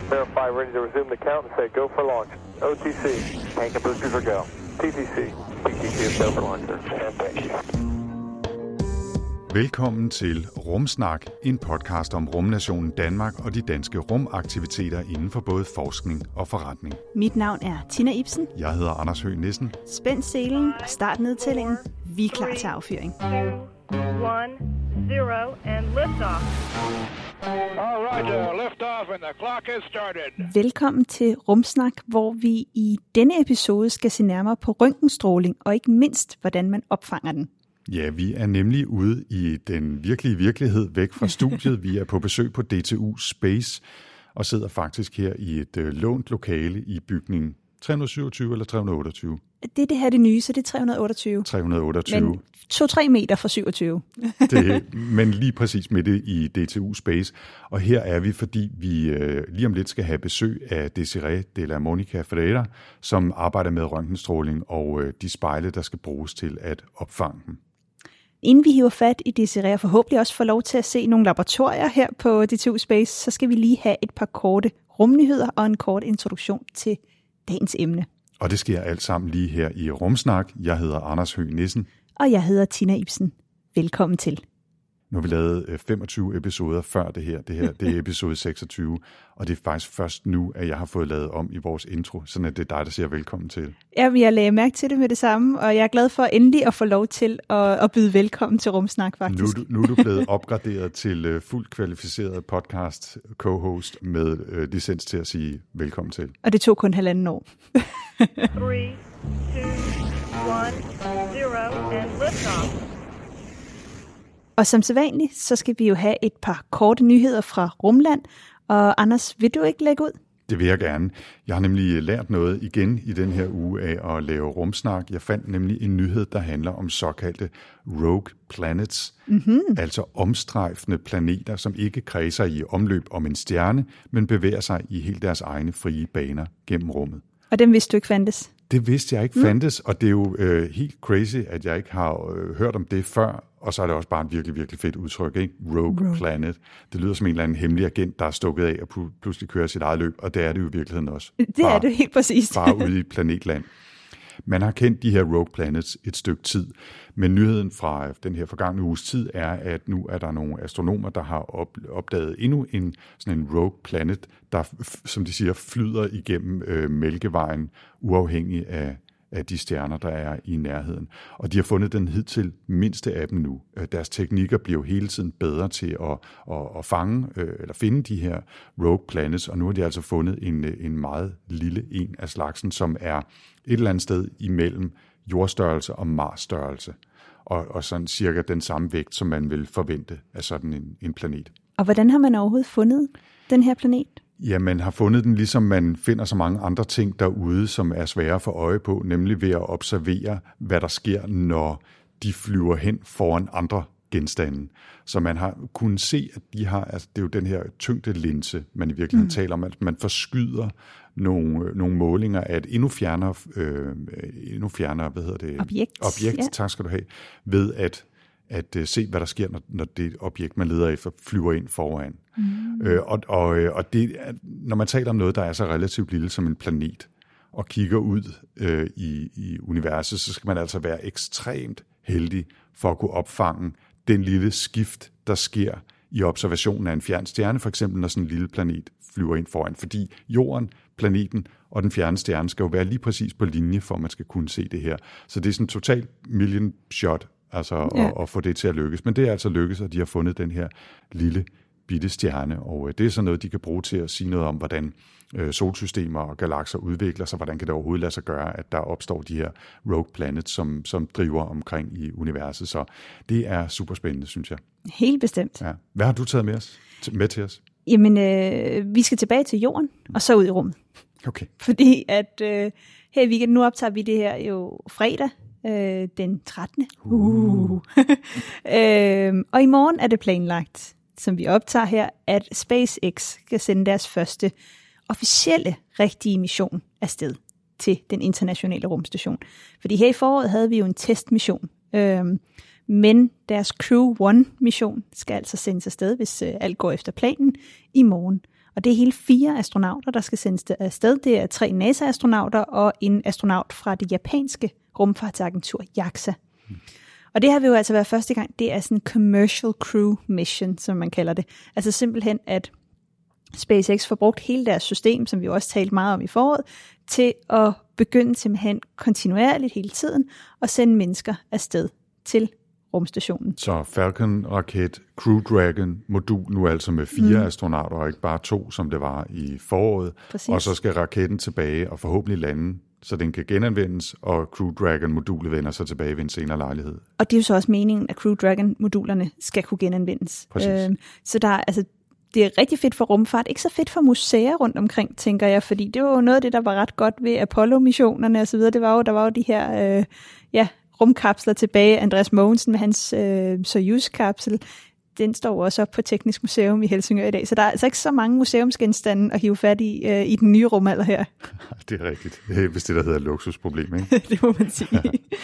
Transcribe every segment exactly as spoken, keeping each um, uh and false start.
Verify, ready to resume the count and say go for launch. O T C, tank and boosters are go. T T C, T T C is go for launch, sir. And thank you. Velkommen til Rumsnak, en podcast om rumnationen Danmark og de danske rumaktiviteter inden for både forskning og forretning. Mit navn er Tina Ibsen. Jeg hedder Anders Høgh Nissen. Spænd selen og start nedtællingen. Vi er klar til affyring. one, zero, and liftoff. All right, uh, lift off and the clock is started. Velkommen til Rumsnak, hvor vi i denne episode skal se nærmere på røntgenstråling og ikke mindst, hvordan man opfanger den. Ja, vi er nemlig ude i den virkelige virkelighed væk fra studiet. Vi er på besøg på D T U Space og sidder faktisk her i et øh, lånt lokale i bygningen tre hundrede syvogtyve eller tre hundrede otteogtyve. Det er det her det nye, så det er tre hundrede otteogtyve. tre hundrede otteogtyve. Men to-tre meter fra syvogtyve. det, men lige præcis midt i D T U Space. Og her er vi, fordi vi øh, lige om lidt skal have besøg af Desiree de la Monica Ferreira, som arbejder med røntgenstråling og øh, de spejle, der skal bruges til at opfange dem. Inden vi hiver fat i Desiree og forhåbentlig også får lov til at se nogle laboratorier her på D T U Space, så skal vi lige have et par korte rumnyheder og en kort introduktion til dagens emne. Og det sker alt sammen lige her i Rumsnak. Jeg hedder Anders Høgh Nissen. Og jeg hedder Tina Ibsen. Velkommen til. Nu har vi lavet femogtyve episoder før det her. Det her det er episode seksogtyve, og det er faktisk først nu, at jeg har fået lavet om i vores intro, sådan at det er dig, der siger velkommen til. Jamen, jeg lagde mærke til det med det samme, og jeg er glad for endelig at få lov til at, at byde velkommen til Rumsnak, faktisk. Nu, nu er du blevet opgraderet til uh, fuldt kvalificeret podcast co-host med uh, licens til at sige velkommen til. Og det tog kun halvanden år. three, two, one, zero, and liftoff. Og som sædvanligt, så skal vi jo have et par korte nyheder fra Rumland. Og Anders, vil du ikke lægge ud? Det vil jeg gerne. Jeg har nemlig lært noget igen i den her uge af at lave rumsnak. Jeg fandt nemlig en nyhed, der handler om såkaldte rogue planets, mm-hmm. altså omstrejfende planeter, som ikke kredser i omløb om en stjerne, men bevæger sig i helt deres egne frie baner gennem rummet. Og dem vidste du ikke fandtes? Det vidste jeg ikke fandtes, og det er jo øh, helt crazy, at jeg ikke har øh, hørt om det før, og så er det også bare et virkelig, virkelig fedt udtryk, ikke? Rogue, Rogue Planet. Det lyder som en eller anden hemmelig agent, der er stukket af og pludselig kører sit eget løb, og det er det jo i virkeligheden også. Det bare, er det helt præcist. Bare ude i et planetland. Man har kendt de her Rogue Planets et stykke tid, men nyheden fra den her forgangne uges tid er, at nu er der nogle astronomer, der har opdaget endnu en sådan en Rogue Planet, der, som de siger, flyder igennem øh, Mælkevejen, uafhængig af, af de stjerner, der er i nærheden. Og de har fundet den hidtil mindste af dem nu. Deres teknikker bliver jo hele tiden bedre til at, at, at fange øh, eller finde de her Rogue Planets, og nu har de altså fundet en, en meget lille en af slagsen, som er et eller andet sted imellem jordstørrelse og Mars-størrelse, og, og sådan cirka den samme vægt, som man vil forvente af sådan en, en planet. Og hvordan har man overhovedet fundet den her planet? Ja, man har fundet den, ligesom man finder så mange andre ting derude, som er svære at få øje på, nemlig ved at observere, hvad der sker, når de flyver hen foran andre genstande. Så man har kunnet se, at de har, altså det er jo den her tyngdelinse, man i virkeligheden mm. taler om, at man forskyder nogle, nogle målinger af et endnu fjernere, øh, endnu fjernere, hvad hedder det? Objekt. Objekt, ja. Tak skal du have, ved at at uh, se, hvad der sker, når, når det objekt, man leder efter, flyver ind foran. Mm. Øh, og og, og det, når man taler om noget, der er så relativt lille som en planet, og kigger ud øh, i, i universet, så skal man altså være ekstremt heldig for at kunne opfange den lille skift, der sker i observationen af en fjern stjerne, for eksempel når sådan en lille planet flyver ind foran. Fordi jorden, planeten og den fjerne stjerne skal jo være lige præcis på linje, for at man skal kunne se det her. Så det er sådan en total million shot, altså ja. at, at få det til at lykkes. Men det er altså lykkes, at de har fundet den her lille bitte stjerne, og det er sådan noget, de kan bruge til at sige noget om, hvordan øh, solsystemer og galakser udvikler sig, hvordan kan det overhovedet lade sig gøre, at der opstår de her rogue planets, som, som driver omkring i universet. Så det er super spændende, synes jeg. Helt bestemt. Ja. Hvad har du taget med, os, med til os? Jamen, øh, vi skal tilbage til jorden, og så ud i rummet. Okay. Fordi at øh, her i weekenden, nu optager vi det her jo fredag, øh, den trettende Uh. uh. øh, og i morgen er det planlagt, som vi optager her, at SpaceX skal sende deres første officielle rigtige mission afsted til den internationale rumstation. Fordi her i foråret havde vi jo en testmission, øh, men deres Crew One mission skal altså sendes afsted, hvis øh, alt går efter planen, i morgen. Og det er hele fire astronauter, der skal sendes afsted. Det er tre NASA-astronauter og en astronaut fra det japanske rumfartsagentur JAXA. Mm. Og det har vi jo altså været første gang. Det er sådan en commercial crew mission, som man kalder det. Altså simpelthen, at SpaceX får brugt hele deres system, som vi jo også talte meget om i foråret, til at begynde simpelthen kontinuerligt hele tiden at sende mennesker afsted til rumstationen. Så Falcon-raket, Crew Dragon-modul, nu altså med fire mm. astronauter, og ikke bare to, som det var i foråret. Præcis. Og så skal raketten tilbage og forhåbentlig lande, så den kan genanvendes, og Crew Dragon-modulet vender sig tilbage ved en senere lejlighed. Og det er jo så også meningen, at Crew Dragon-modulerne skal kunne genanvendes. Præcis. Øhm, så der er, altså, det er rigtig fedt for rumfart, ikke så fedt for museer rundt omkring, tænker jeg, fordi det var jo noget af det, der var ret godt ved Apollo-missionerne osv. Det var jo, der var jo de her øh, ja, rumkapsler tilbage. Andreas Mogensen med hans øh, Soyuz-kapsel, den står jo også op på Teknisk Museum i Helsingør i dag. Så der er altså ikke så mange museumsgenstande at hive fat i øh, i den nye rumalder her. Det er rigtigt. Hvis det der hedder luksusproblem, ikke? Det må man sige.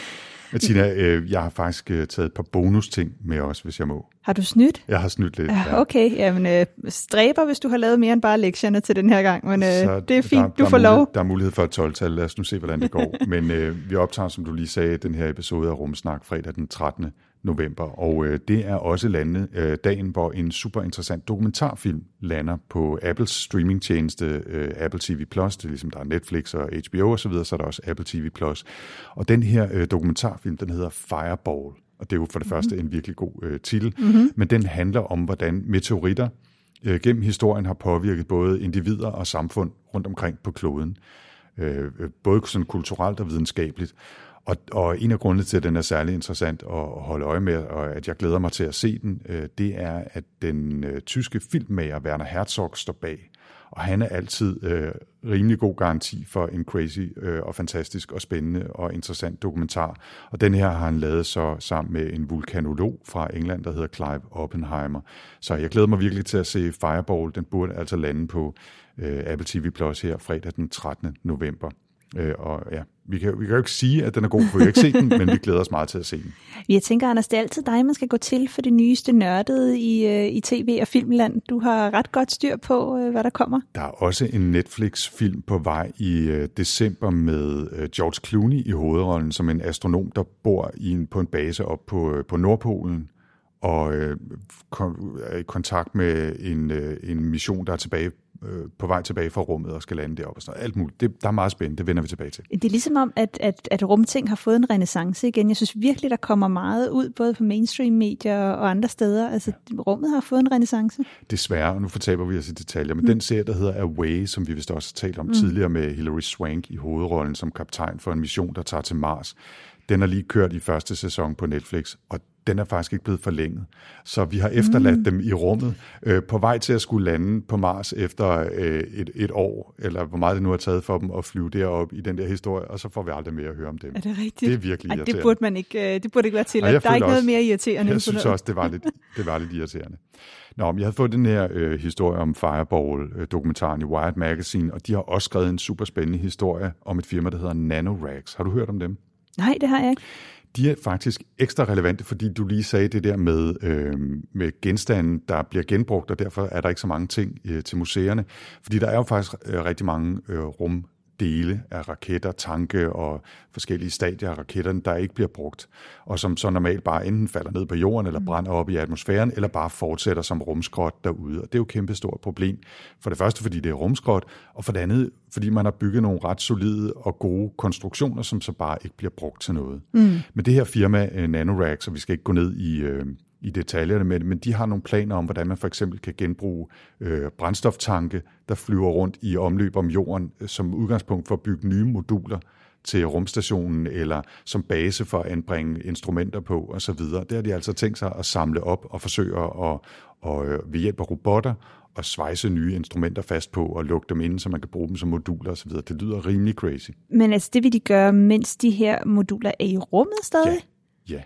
Tina, øh, jeg har faktisk øh, taget et par bonusting med os, hvis jeg må. Har du snydt? Jeg har snydt lidt, ja. Okay, jamen øh, stræber, hvis du har lavet mere end bare lektierne til den her gang, men øh, det er fint, der, du der får mulighed, lov. Der er mulighed for et tolv-tal, lad os nu se, hvordan det går. Men øh, vi optager, som du lige sagde, den her episode af Rumsnak fredag den trettende november, og øh, det er også landet øh, dagen, hvor en super interessant dokumentarfilm lander på Apples streamingtjeneste øh, Apple T V plus. Det er ligesom der er Netflix og H B O og så videre, så er der også Apple T V plus. Og den her øh, dokumentarfilm, den hedder Fireball, og det er jo for det mm-hmm. første en virkelig god øh, titel, mm-hmm. men den handler om, hvordan meteoritter øh, gennem historien har påvirket både individer og samfund rundt omkring på kloden, øh, både sådan kulturelt og videnskabeligt. Og, og en af grundene til, at den er særlig interessant at holde øje med, og at jeg glæder mig til at se den, det er, at den øh, tyske filmmager Werner Herzog står bag. Og han er altid øh, rimelig god garanti for en crazy øh, og fantastisk og spændende og interessant dokumentar. Og den her har han lavet så sammen med en vulkanolog fra England, der hedder Clive Oppenheimer. Så jeg glæder mig virkelig til at se Fireball. Den burde altså lande på øh, Apple T V plus her fredag den trettende november. Øh, og ja, vi kan, vi kan jo ikke sige, at den er god, for vi har ikke set den, men vi glæder os meget til at se den. Jeg tænker, Anders, det er altid dig, man skal gå til for det nyeste nørdede i, i tv- og filmland. Du har ret godt styr på, hvad der kommer. Der er også en Netflix-film på vej i uh, december med uh, George Clooney i hovedrollen, som en astronom, der bor i en, på en base op på, på Nordpolen, og uh, er i kontakt med en, uh, en mission, der er tilbage på vej tilbage fra rummet og skal lande deroppe og sådan noget. Alt muligt. Det, der er meget spændende. Det vender vi tilbage til. Det er ligesom om, at, at, at rumting har fået en renæssance igen. Jeg synes virkelig, der kommer meget ud, både på mainstream-medier og andre steder. Altså, ja. Rummet har fået en renæssance. Desværre, og nu fortaber vi os i detaljer, men mm. den serie, der hedder Away, som vi vist også har talt om mm. tidligere med Hilary Swank i hovedrollen som kaptajn for en mission, der tager til Mars, den er lige kørt i første sæson på Netflix, og den er faktisk ikke blevet forlænget. Så vi har efterladt mm. dem i rummet, øh, på vej til at skulle lande på Mars efter øh, et, et år, eller hvor meget det nu har taget for dem at flyve derop i den der historie, og så får vi aldrig mere at høre om dem. Er det rigtigt? Det er virkelig Ej, irriterende. Det burde man ikke, det burde ikke være til. Der er ikke også noget mere irriterende. Jeg synes også, det var lidt, det var lidt irriterende. Nå, men jeg havde fået den her øh, historie om Fireball-dokumentaren i Wired Magazine, og de har også skrevet en super spændende historie om et firma, der hedder NanoRax. Har du hørt om dem? Nej, det har jeg ikke. De er faktisk ekstra relevante, fordi du lige sagde det der med, øh, med genstande, der bliver genbrugt, og derfor er der ikke så mange ting øh, til museerne. Fordi der er jo faktisk øh, rigtig mange øh, rumdele af raketter, tanke og forskellige stadier af raketterne, der ikke bliver brugt, og som så normalt bare enten falder ned på jorden, eller brænder op i atmosfæren, eller bare fortsætter som rumskrot derude. Og det er jo et kæmpe stort problem. For det første, fordi det er rumskrot, og for det andet, fordi man har bygget nogle ret solide og gode konstruktioner, som så bare ikke bliver brugt til noget. Mm. Men det her firma, NanoRax, og vi skal ikke gå ned i, øh, i detaljerne med det, men de har nogle planer om, hvordan man for eksempel kan genbruge øh, brændstoftanke, der flyver rundt i omløb om jorden, som udgangspunkt for at bygge nye moduler til rumstationen, eller som base for at anbringe instrumenter på osv. Det har de altså tænkt sig at samle op og forsøge at og, ved hjælp af robotter og svejse nye instrumenter fast på og lukke dem ind, så man kan bruge dem som moduler osv. Det lyder rimelig crazy. Men altså, det vil de gøre, mens de her moduler er i rummet stadig? Ja. ja.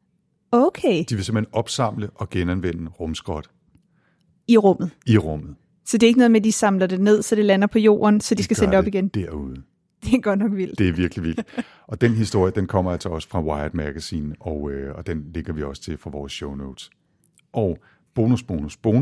Okay. De vil simpelthen opsamle og genanvende rumskrot. I rummet? I rummet. Så det er ikke noget med, at de samler det ned, så det lander på jorden, så de, de skal sende det op igen? Derude. Det er godt nok vildt. Det er virkelig vildt. Og den historie, den kommer altså også fra Wired Magazine, og, øh, og den ligger vi også til fra vores show notes. Og bonus, bonus, bonus.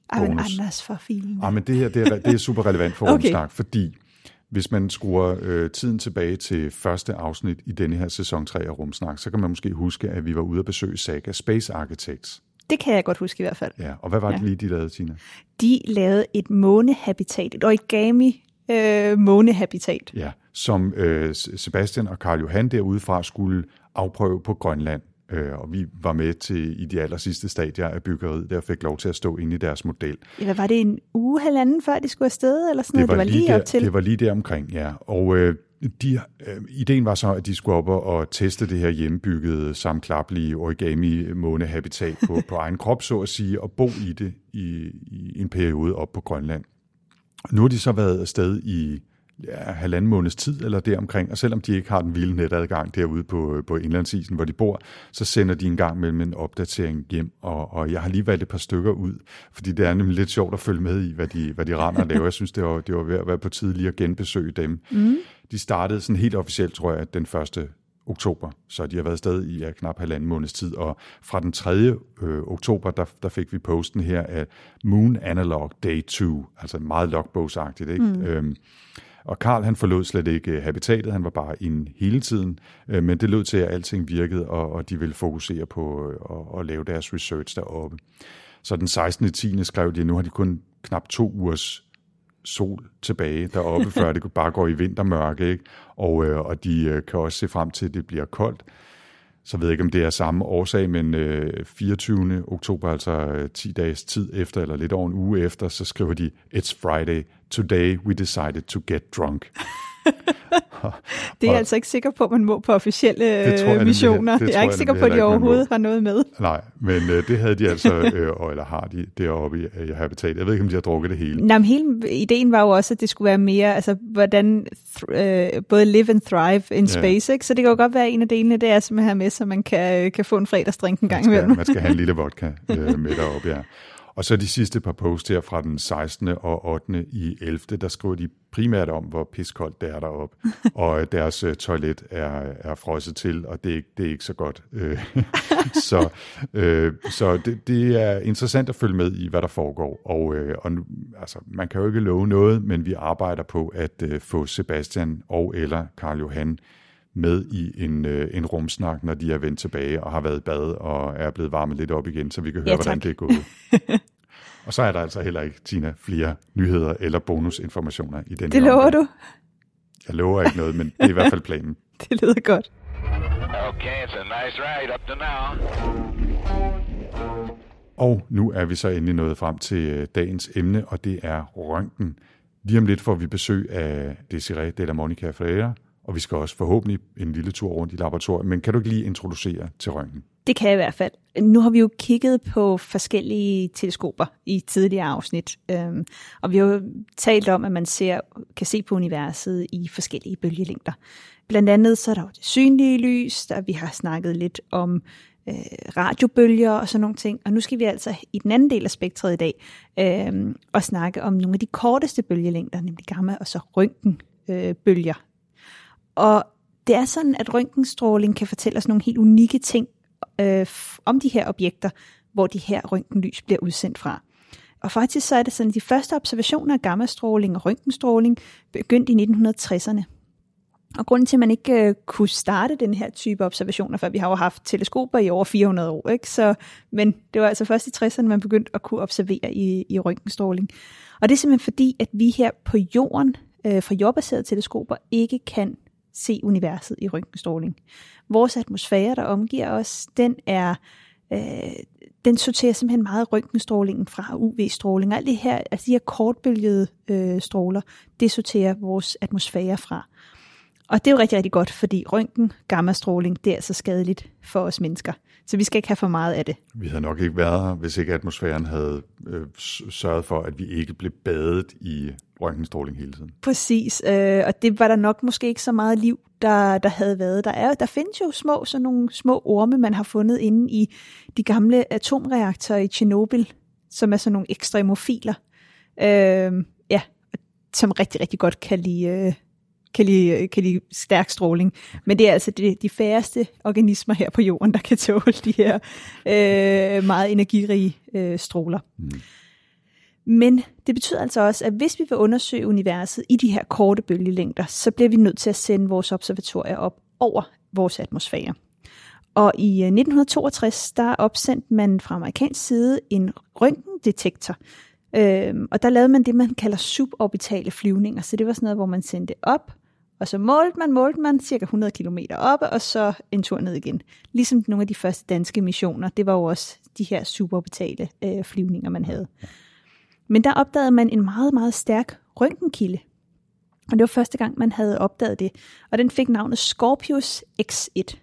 Ej, men bonus. Anders for filen. Ja, men det her det er, det er super relevant for Okay. Rumsnak, fordi hvis man skruer øh, tiden tilbage til første afsnit i denne her sæson tre af Rumsnak, så kan man måske huske, at vi var ude at besøge Saga Space Architects. Det kan jeg godt huske i hvert fald. Ja, og hvad var det Ja. lige, de lavede, Tina? De lavede et månehabitat, et origami øh, månehabitat. Ja, som øh, Sebastian og Karl Johan derudefra skulle afprøve på Grønland. Øh, og vi var med til i de aller sidste stadier af byggeriet, der fik lov til at stå inde i deres model. Ja, hvad var det, en uge, halvanden før de skulle afsted, eller sådan noget? Det var lige der, op til. Det var lige der omkring, ja. Og øh, de, øh, ideen var så, at de skulle op og, og teste det her hjemmebyggede, sammenklappelige origami-månehabitat på, på egen krop, så at sige, og bo i det i, i en periode op på Grønland. Nu har de så været afsted i ja, halvanden måneds tid eller deromkring, og selvom de ikke har den vilde netadgang derude på, på indlandsisen, hvor de bor, så sender de en gang mellem en opdatering hjem, og, og jeg har lige valgt et par stykker ud, fordi det er nemlig lidt sjovt at følge med i, hvad de, hvad de render og laver. Jeg synes, det var, det var ved at være på tide lige at genbesøge dem. Mm. De startede sådan helt officielt, tror jeg, den første oktober, så de har været afsted i ja, knap halvanden måneds tid, og fra den tredje Øh, oktober, der, der fik vi posten her af Moon Analog Day to, altså meget logbogsagtigt, ikke? Mm. Øhm, og Karl, han forlod slet ikke habitatet, han var bare inde hele tiden, øh, men det lød til, at alting virkede, og, og de ville fokusere på øh, at, at lave deres research deroppe. Så den sekstende tiende skrev de, at nu har de kun knap to ugers sol tilbage deroppe, før det bare går i vintermørke, ikke? Og, øh, og de øh, kan også se frem til, at det bliver koldt. Så ved jeg ikke, om det er samme årsag, men øh, fireogtyvende oktober, altså øh, ti dages tid efter, eller lidt over en uge efter, så skriver de, It's Friday. Today we decided to get drunk. Det er jeg altså ikke sikker på, at man må på officielle jeg missioner. Nemlig, jeg er ikke sikker på, at de overhovedet har noget med. Nej, men øh, det havde de altså, øh, og, eller har de deroppe i, i habitatet. Jeg ved ikke, om de har drukket det hele. Nej, men hele ideen var jo også, at det skulle være mere, altså hvordan th- øh, både live and thrive in space, ja. Ikke? Så det kan jo godt være, en af delene, det er simpelthen her med, så man kan, kan få en fredagsdrink en gang imellem. Man skal have en lille vodka øh, med deroppe, ja. Og så de sidste par posts her fra den sekstende og ottende i ellevte, der skriver de primært om, hvor piskoldt det er deroppe, og deres uh, toilet er, er frosset til, og det er, det er ikke så godt. så øh, så det, det er interessant at følge med i, hvad der foregår, og, øh, og nu, altså, man kan jo ikke love noget, men vi arbejder på at øh, få Sebastian og eller Karl Johan med i en, øh, en rumsnak, når de er vendt tilbage og har været i bad og er blevet varmet lidt op igen, så vi kan høre, ja, hvordan det er gået. Og så er der altså heller ikke, Tina, flere nyheder eller bonusinformationer i den. Det lover du? Jeg lover ikke noget, men det er i hvert fald planen. Det lyder godt. Okay, it's a nice ride up to now. Og nu er vi så endelig nået frem til dagens emne, og det er røntgen. Lige om lidt får vi besøg af Desiree de la Monica Freire, og vi skal også forhåbentlig en lille tur rundt i laboratoriet. Men kan du ikke lige introducere til røntgen? Det kan jeg i hvert fald. Nu har vi jo kigget på forskellige teleskoper i tidligere afsnit, øhm, og vi har jo talt om, at man ser, kan se på universet i forskellige bølgelængder. Blandt andet så er der jo det synlige lys, der vi har snakket lidt om øh, radiobølger og sådan nogle ting, og nu skal vi altså i den anden del af spektret i dag øh, og snakke om nogle af de korteste bølgelængder, nemlig gamma og så røntgenbølger. Øh, og det er sådan, at røntgenstråling kan fortælle os nogle helt unikke ting øh, om de her objekter, hvor de her røntgenlys bliver udsendt fra. Og faktisk så er det sådan, at de første observationer af gammastråling og røntgenstråling begyndte i nitten tresserne. Og grunden til, at man ikke øh, kunne starte den her type observationer, for vi har jo haft teleskoper i over fire hundrede år, ikke? Så, men det var altså først i tresserne, man begyndte at kunne observere i, i røntgenstråling. Og det er simpelthen fordi, at vi her på jorden, øh, fra jordbaserede teleskoper, ikke kan se universet i røntgenstråling. Vores atmosfære, der omgiver os, den er øh, den sorterer simpelthen meget røntgenstrålingen fra U V-stråling. Alt det her, altså de her kortbølgede øh, stråler, det sorterer vores atmosfære fra. Og det er jo rigtig, rigtig godt, fordi røntgen, gammastråling, det er altså skadeligt for os mennesker. Så vi skal ikke have for meget af det. Vi havde nok ikke været her, hvis ikke atmosfæren havde øh, sørget for, at vi ikke blev badet i røntgenstråling hele tiden. Præcis, øh, og det var der nok måske ikke så meget liv, der, der havde været. Der, er, der findes jo små, sådan nogle små orme, man har fundet inde i de gamle atomreaktorer i Tjernobyl, som er sådan nogle ekstremofiler, øh, ja, som rigtig, rigtig godt kan lide... Øh, Kan lide, kan lide stærk stråling. Men det er altså de, de færreste organismer her på jorden, der kan tåle de her øh, meget energirige øh, stråler. Mm. Men det betyder altså også, at hvis vi vil undersøge universet i de her korte bølgelængder, så bliver vi nødt til at sende vores observatorier op over vores atmosfære. Og i nitten toogtres, der opsendte man fra amerikansk side en røntgendetektor, øhm, og der lavede man det, man kalder suborbitale flyvninger. Så det var sådan noget, hvor man sendte op, og så målte man, målte man cirka hundrede kilometer oppe, og så en tur ned igen. Ligesom nogle af de første danske missioner, det var jo også de her suborbitale øh, flyvninger, man havde. Men der opdagede man en meget, meget stærk røntgenkilde. Og det var første gang, man havde opdaget det. Og den fik navnet Scorpius X et.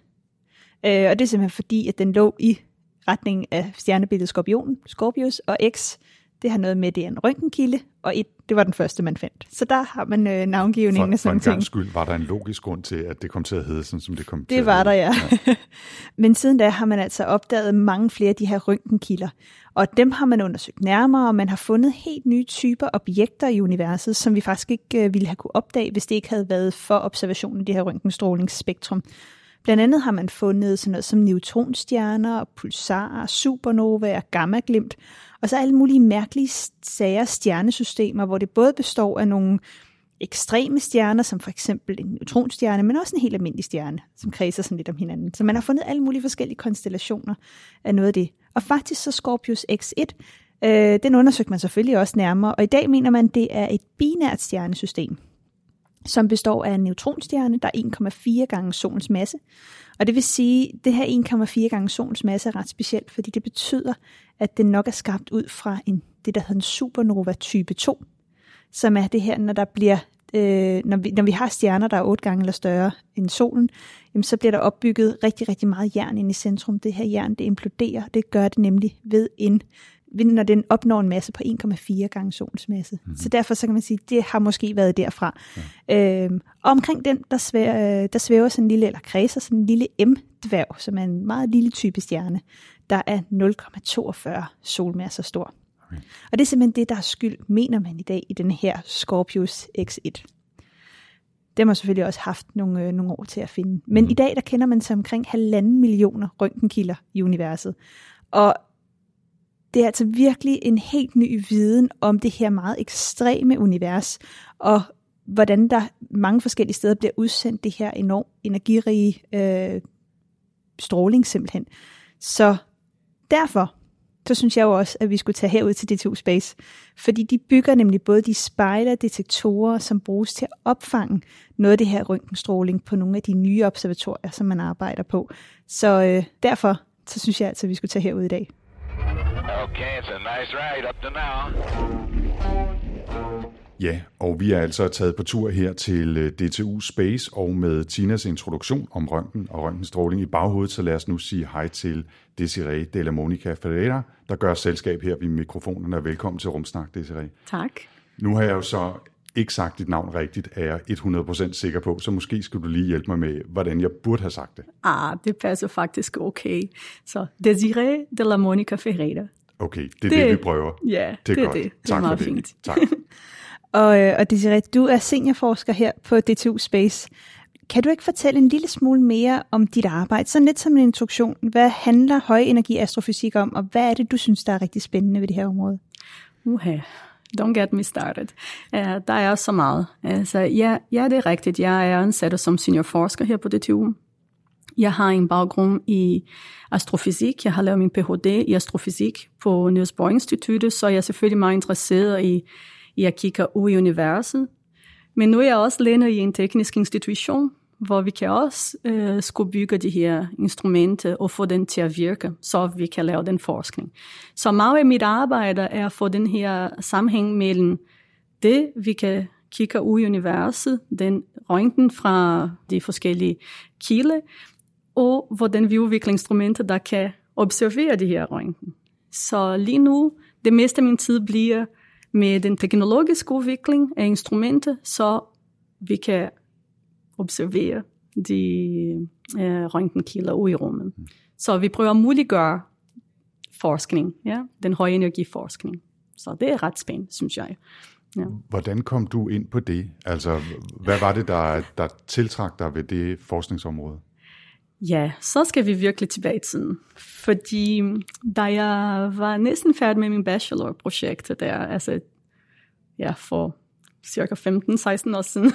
Øh, og det er simpelthen fordi, at den lå i retning af stjernebilledet Skorpionen, Scorpius, og X, det har noget med, at det er en røntgenkilde, og et, det var den første, man fandt. Så der har man øh, navngivningen af sådan ting. For en gangs skyld var der en logisk grund til, at det kom til at hedde, sådan som det kom det til at hedde. Det var der, ja. ja. Men siden da har man altså opdaget mange flere af de her røntgenkilder, og dem har man undersøgt nærmere, og man har fundet helt nye typer objekter i universet, som vi faktisk ikke øh, ville have kunne opdage, hvis det ikke havde været for observationen i det her røntgenstrålingsspektrum. Blandt andet har man fundet sådan noget som neutronstjerner, pulsarer, supernovaer, gammaglimt, og så alle mulige mærkelige sager stjernesystemer, hvor det både består af nogle ekstreme stjerner, som for eksempel en neutronstjerne, men også en helt almindelig stjerne, som kredser sådan lidt om hinanden. Så man har fundet alle mulige forskellige konstellationer af noget af det. Og faktisk så Scorpius X et, øh, den undersøgte man selvfølgelig også nærmere, og i dag mener man, det er et binært stjernesystem, som består af en neutronstjerne, der er en komma fire gange solens masse. Og det vil sige, at det her en komma fire gange solens masse er ret specielt, fordi det betyder, at den nok er skabt ud fra en, det, der hedder en supernova type to, som er det her, når der bliver, øh, når, vi, når vi har stjerner, der er otte gange eller større end solen, jamen, så bliver der opbygget rigtig, rigtig meget jern inde i centrum. Det her jern, det imploderer, det gør det nemlig ved en når den opnår en masse på en komma fire gange solens masse. Mm-hmm. Så derfor så kan man sige, at det har måske været derfra. Ja. Øhm, og omkring den, der svæver, der svæver sådan en lille, eller kredser sådan en lille M-dværg, som er en meget lille type stjerne, der er nul komma toogfyrre solmasser stor. Okay. Og det er simpelthen det, der er skyld, mener man i dag, i den her Scorpius X et. Dem har selvfølgelig også haft nogle, øh, nogle år til at finde. Men mm. i dag, der kender man så omkring halvanden millioner røntgenkilder i universet. Og det er altså virkelig en helt ny viden om det her meget ekstreme univers, og hvordan der mange forskellige steder bliver udsendt det her enormt energirige øh, stråling simpelthen. Så derfor, så synes jeg jo også, at vi skulle tage herud til D T U Space, fordi de bygger nemlig både de spejlerdetektorer, som bruges til at opfange noget af det her røntgenstråling på nogle af de nye observatorier, som man arbejder på. Så øh, derfor, så synes jeg altså, at vi skulle tage herud i dag. Okay, it's a nice ride up to now. Ja, og vi er altså taget på tur her til D T U Space, og med Tinas introduktion om røntgen og røntgenstråling i baghovedet, så lad os nu sige hej til Desiree de la Monica Ferreira, der gør selskab her ved mikrofonerne, og velkommen til Rumsnak, Desiree. Tak. Nu har jeg jo så ikke sagt dit navn rigtigt, er jeg hundrede procent sikker på, så måske skulle du lige hjælpe mig med, hvordan jeg burde have sagt det. Ah, det passer faktisk okay. Så Desiree de la Monica Ferreira. Okay, det er det, det vi prøver. Ja, det er, det er godt. det. Det tak er meget for det. fint. Tak. og, øh, og Desiree, du er seniorforsker her på D T U Space. Kan du ikke fortælle en lille smule mere om dit arbejde? Sådan lidt som en introduktion. Hvad handler højenergi astrofysik om, og hvad er det, du synes, der er rigtig spændende ved det her område? Uha, don't get me started. Uh, der er så meget. Altså, ja, ja, det er rigtigt. Jeg er ansat som seniorforsker her på D T U. Jeg har en baggrund i astrofysik. Jeg har lavet min P H D i astrofysik på Niels Bohr Instituttet, så jeg er selvfølgelig meget interesseret i, i at kigge ud i universet. Men nu er jeg også lærer i en teknisk institution, hvor vi kan også øh, skulle bygge de her instrumenter og få den til at virke, så vi kan lave den forskning. Så meget af mit arbejde er at få den her sammenhæng mellem det, vi kan kigge ud i universet, den røntgen fra de forskellige kilder, og hvordan vi udvikler instrumenter, der kan observere de her røntgen. Så lige nu, det meste af min tid bliver med den teknologiske udvikling af instrumenter, så vi kan observere de øh, røntgenkilder ude i rummet. Så vi prøver at muliggøre forskning, ja, den høje energiforskning. Så det er ret spændende, synes jeg. Ja. Hvordan kom du ind på det? Altså, hvad var det, der, der tiltrak dig ved det forskningsområde? Ja, så skal vi virkelig tilbage i tiden. Fordi da jeg var næsten færdig med min bachelorprojekt der, altså ja, for cirka femten seksten år siden,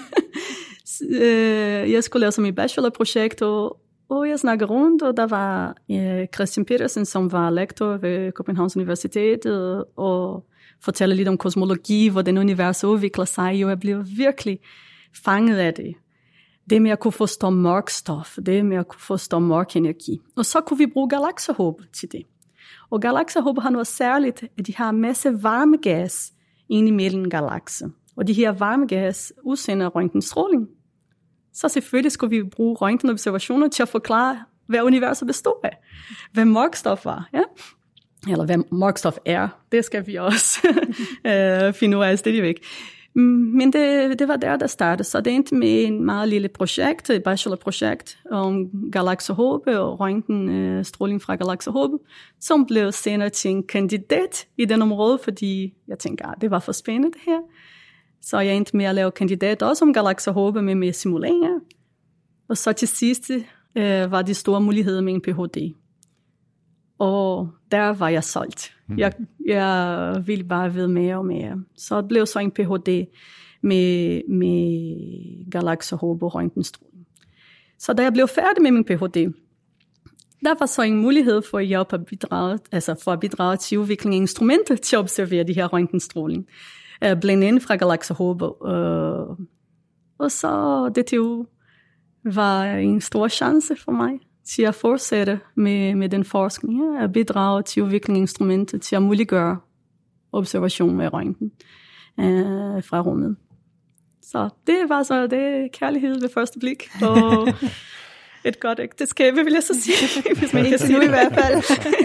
jeg skulle lave som mit bachelorprojekt, og, og jeg snakkede rundt, og der var øh, Christian Petersen, som var lektor ved Københavns Universitet, og fortæller lidt om kosmologi, hvordan universet udvikler sig, og jeg blev virkelig fanget af det. Det med at kunne forstå mørk stof, det med at kunne forstå mørk energi. Og så kunne vi bruge galakserhåb til det. Og galakserhåb har noget særligt, at de har en masse varmegas inde imellem galakser. Og de her varmegas udsender røntgenstråling. Så selvfølgelig skulle vi bruge røntgenobservationer til at forklare, hvad universet består af. Hvad mørk stof var, ja? Eller hvad mørk stof er, det skal vi også finde ud af stadigvæk. Men det, det var der, der startede. Så det endte med en meget lille projekt, et bachelorprojekt om galakserhåbe og røntgenstråling fra galakserhåbe, som blev senere til en kandidat i den område, fordi jeg tænkte, at det var for spændende det her. Så jeg endte med at lave kandidat også om galakserhåbe med, med simuleringer. Og så til sidst øh, var de store muligheder med en P H D. Og der var jeg solgt. Mm. Jeg, jeg ville bare vide mere og mere. Så det blev så en P H D med, med galakserhåbe og røntgenstråling. Så da jeg blev færdig med min P H D, der var så en mulighed for at hjælpe at bidrage, altså for at bidrage til udvikling af instrumenter til at observere de her røntgenstråling. Uh, blandt andet fra galakserhåbe. Uh, og så D T U var en stor chance for mig til at fortsætte med, med den forskning, ja, at bidrage til udvikling af instrumenter til at muliggøre observation med røntgen uh, fra rummet. Så det var så det kærlighed ved første blik, og et godt ægteskab, vil jeg så sige, hvis man kan sige det i hvert fald.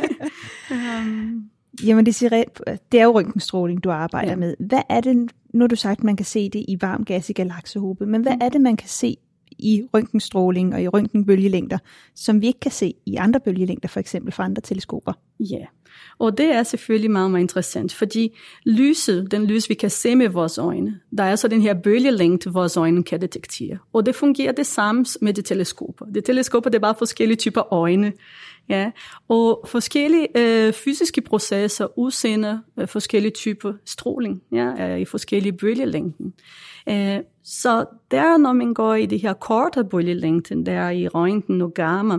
um, Jamen det, siger, det er jo røntgenstråling, du arbejder ja. med. Hvad er det, nu har du sagt, at man kan se det i varm gas i galakserhåbe, men hvad er det, man kan se i røntgenstråling og i røntgenbølgelængder, som vi ikke kan se i andre bølgelængder, for eksempel fra andre teleskoper? Ja, og det er selvfølgelig meget, meget interessant, fordi lyset, den lys, vi kan se med vores øjne, der er så den her bølgelængde, vores øjne kan detektere. Og det fungerer det samme med de teleskoper. De teleskoper, det er bare forskellige typer øjne. Ja, og forskellige øh, fysiske processer udsender øh, forskellige typer stråling, ja, i forskellige bølgelængden. Øh, så der, når man går i det her korte bølgelængden, der i røntgen og gamma,